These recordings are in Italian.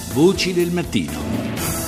Voci del mattino.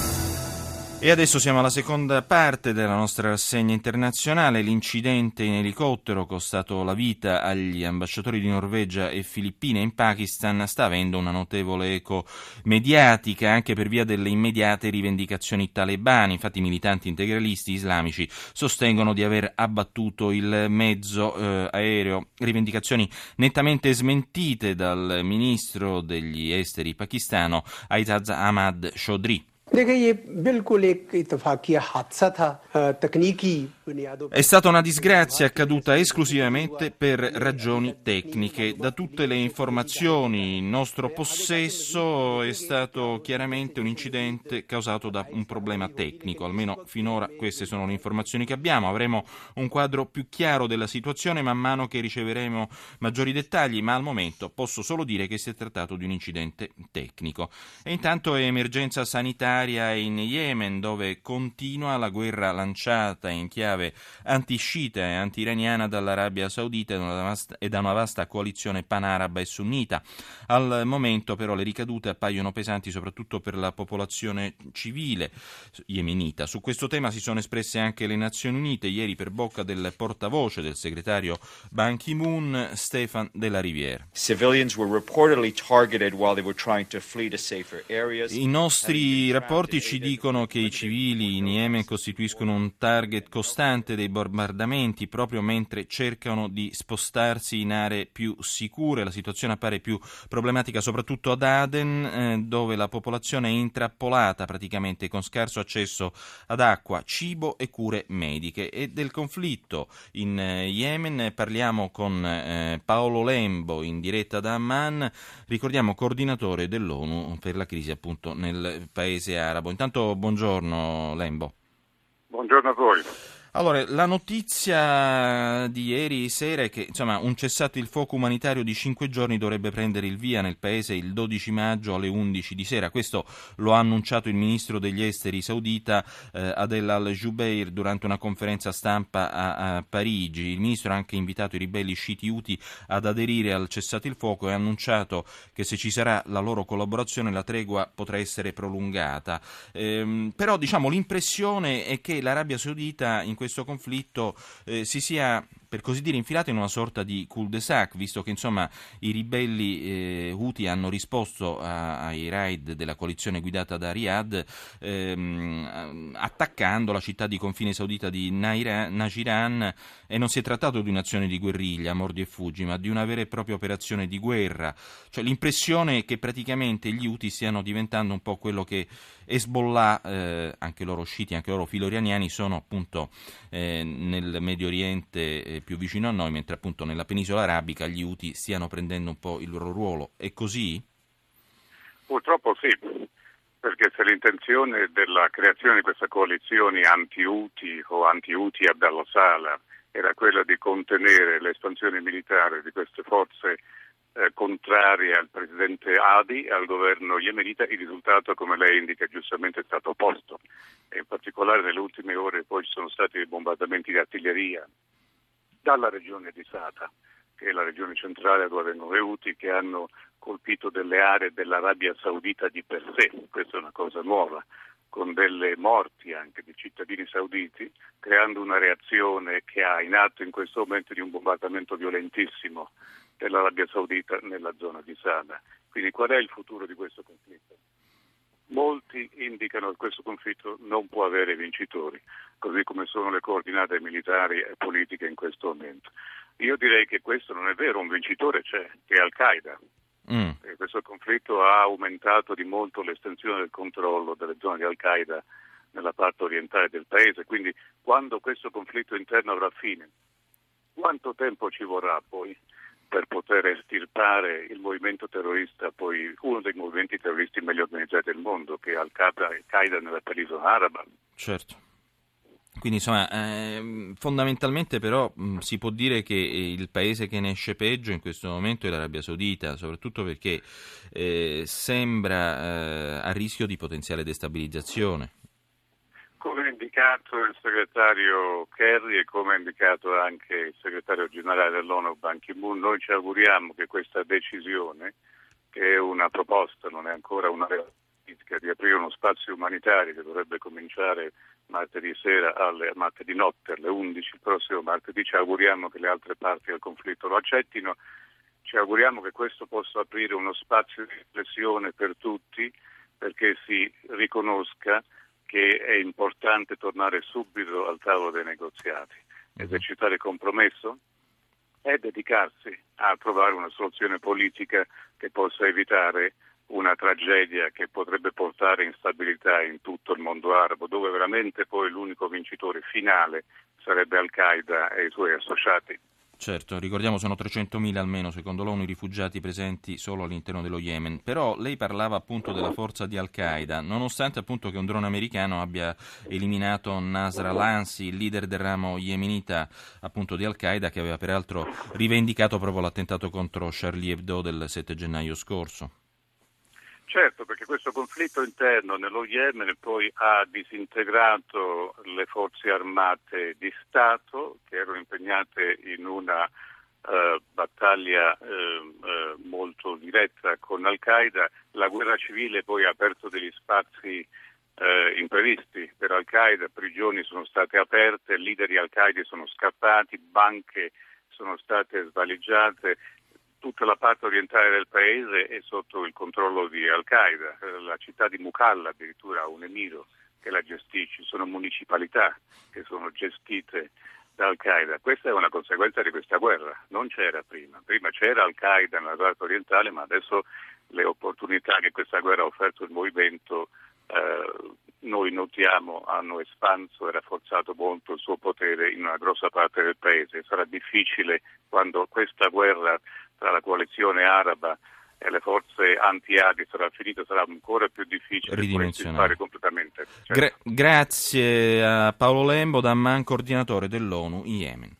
E adesso siamo alla seconda parte della nostra rassegna internazionale. L'incidente in elicottero costato la vita agli ambasciatori di Norvegia e Filippine in Pakistan sta avendo una notevole eco mediatica anche per via delle immediate rivendicazioni talebane. Infatti i militanti integralisti islamici sostengono di aver abbattuto il mezzo aereo, rivendicazioni nettamente smentite dal ministro degli esteri pakistano Aizaz Ahmad Chaudhry. देखिए ये बिल्कुल एक इत्तफाकिया हादसा था तकनीकी बुनियादों È stata una disgrazia accaduta esclusivamente per ragioni tecniche. Da tutte le informazioni in nostro possesso è stato chiaramente un incidente causato da un problema tecnico, almeno finora queste sono le informazioni che abbiamo. Avremo un quadro più chiaro della situazione man mano che riceveremo maggiori dettagli, ma al momento posso solo dire che si è trattato di un incidente tecnico. E intanto è emergenza sanitaria in Yemen, dove continua la guerra lanciata in chiave anti-sciita e anti-iraniana dall'Arabia Saudita e da una vasta coalizione panaraba e sunnita. Al momento però le ricadute appaiono pesanti soprattutto per la popolazione civile yemenita. Su questo tema si sono espresse anche le Nazioni Unite, ieri per bocca del portavoce del segretario Ban Ki-moon, Stéphane de la Rivière. Civilians were reportedly targeted while they were trying to flee to safer areas. I nostri rapporti ci dicono che i civili in Yemen costituiscono un target costante dei bombardamenti proprio mentre cercano di spostarsi in aree più sicure. La situazione appare più problematica soprattutto ad Aden, dove la popolazione è intrappolata praticamente con scarso accesso ad acqua, cibo e cure mediche. E del conflitto in Yemen parliamo con Paolo Lembo in diretta da Amman, ricordiamo coordinatore dell'ONU per la crisi appunto nel paese arabo. Intanto buongiorno Lembo. Buongiorno a voi. Allora, la notizia di ieri sera è che un cessate il fuoco umanitario di 5 giorni dovrebbe prendere il via nel paese il 12 maggio alle 11 di sera. Questo lo ha annunciato il ministro degli esteri saudita Adel al-Jubeir durante una conferenza stampa a Parigi. Il ministro ha anche invitato i ribelli sciiti Houthi ad aderire al cessate il fuoco e ha annunciato che se ci sarà la loro collaborazione la tregua potrà essere prolungata. Però l'impressione è che l'Arabia Saudita in questo conflitto si sia, per così dire, infilata in una sorta di cul-de-sac, visto che i ribelli Houthi hanno risposto ai raid della coalizione guidata da Riyadh attaccando la città di confine saudita di Najiran, e non si è trattato di un'azione di guerriglia, mordi e fuggi, ma di una vera e propria operazione di guerra. Cioè l'impressione è che praticamente gli Houthi stiano diventando un po' quello che Hezbollah, anche loro sciiti, anche loro filo-iraniani, sono appunto nel Medio Oriente più vicino a noi, mentre appunto nella penisola arabica gli Houthi stiano prendendo un po' il loro ruolo. È così? Purtroppo sì, perché se l'intenzione della creazione di questa coalizione anti-Houthi o anti-Houthi Abdallah Saleh era quella di contenere l'espansione militare di queste forze contrarie al presidente Hadi e al governo yemenita, il risultato, come lei indica giustamente, è stato opposto. E in particolare nelle ultime ore poi ci sono stati dei bombardamenti di artiglieria dalla regione di Sata, che è la regione centrale dove vengono Houthi, che hanno colpito delle aree dell'Arabia Saudita di per sé. Questa è una cosa nuova, con delle morti anche di cittadini sauditi, creando una reazione che ha in atto in questo momento di un bombardamento violentissimo dell'Arabia Saudita nella zona di Sana. Quindi qual è il futuro di questo conflitto? Molti indicano che questo conflitto non può avere vincitori, così come sono le coordinate militari e politiche in questo momento. Io direi che questo non è vero, un vincitore c'è, che è Al-Qaeda. E questo conflitto ha aumentato di molto l'estensione del controllo delle zone di Al-Qaeda nella parte orientale del paese, quindi quando questo conflitto interno avrà fine, quanto tempo ci vorrà poi per poter estirpare il movimento terrorista, poi uno dei movimenti terroristi meglio organizzati del mondo, che è Al-Qaeda nella penisola araba? Certo. Quindi fondamentalmente però si può dire che il paese che ne esce peggio in questo momento è l'Arabia Saudita, soprattutto perché sembra a rischio di potenziale destabilizzazione. Come ha indicato il segretario Kerry e come ha indicato anche il segretario generale dell'ONU Ban Ki-moon, noi ci auguriamo che questa decisione, che è una proposta, non è ancora una di aprire uno spazio umanitario che dovrebbe cominciare martedì notte alle 11, il prossimo martedì. Ci auguriamo che le altre parti del conflitto lo accettino, ci auguriamo che questo possa aprire uno spazio di riflessione per tutti, perché si riconosca che è importante tornare subito al tavolo dei negoziati, esercitare il compromesso e dedicarsi a trovare una soluzione politica che possa evitare una tragedia che potrebbe portare instabilità in tutto il mondo arabo, dove veramente poi l'unico vincitore finale sarebbe Al-Qaeda e i suoi associati. Certo, ricordiamo sono 300.000 almeno, secondo l'ONU, i rifugiati presenti solo all'interno dello Yemen. Però lei parlava appunto della forza di Al-Qaeda, nonostante appunto che un drone americano abbia eliminato Nasr al-Ansi, il leader del ramo yemenita appunto di Al-Qaeda, che aveva peraltro rivendicato proprio l'attentato contro Charlie Hebdo del 7 gennaio scorso. Certo, perché questo conflitto interno nello Yemen poi ha disintegrato le forze armate di Stato che erano impegnate in una battaglia molto diretta con Al-Qaeda. La guerra civile poi ha aperto degli spazi imprevisti per Al-Qaeda, prigioni sono state aperte, leader di Al-Qaeda sono scappati, banche sono state svaligiate. Tutta la parte orientale del paese è sotto il controllo di Al-Qaeda, la città di Mukalla addirittura ha un emiro che la gestisce, sono municipalità che sono gestite da Al-Qaeda. Questa è una conseguenza di questa guerra, non c'era prima c'era Al-Qaeda nella parte orientale, ma adesso le opportunità che questa guerra ha offerto al movimento noi notiamo hanno espanso e rafforzato molto il suo potere in una grossa parte del paese. Sarà difficile quando questa guerra tra la coalizione araba e le forze anti-Hadi sarà finita, sarà ancora più difficile ridimensionare completamente. Certo. Grazie a Paolo Lembo, Damman, coordinatore dell'ONU in Yemen.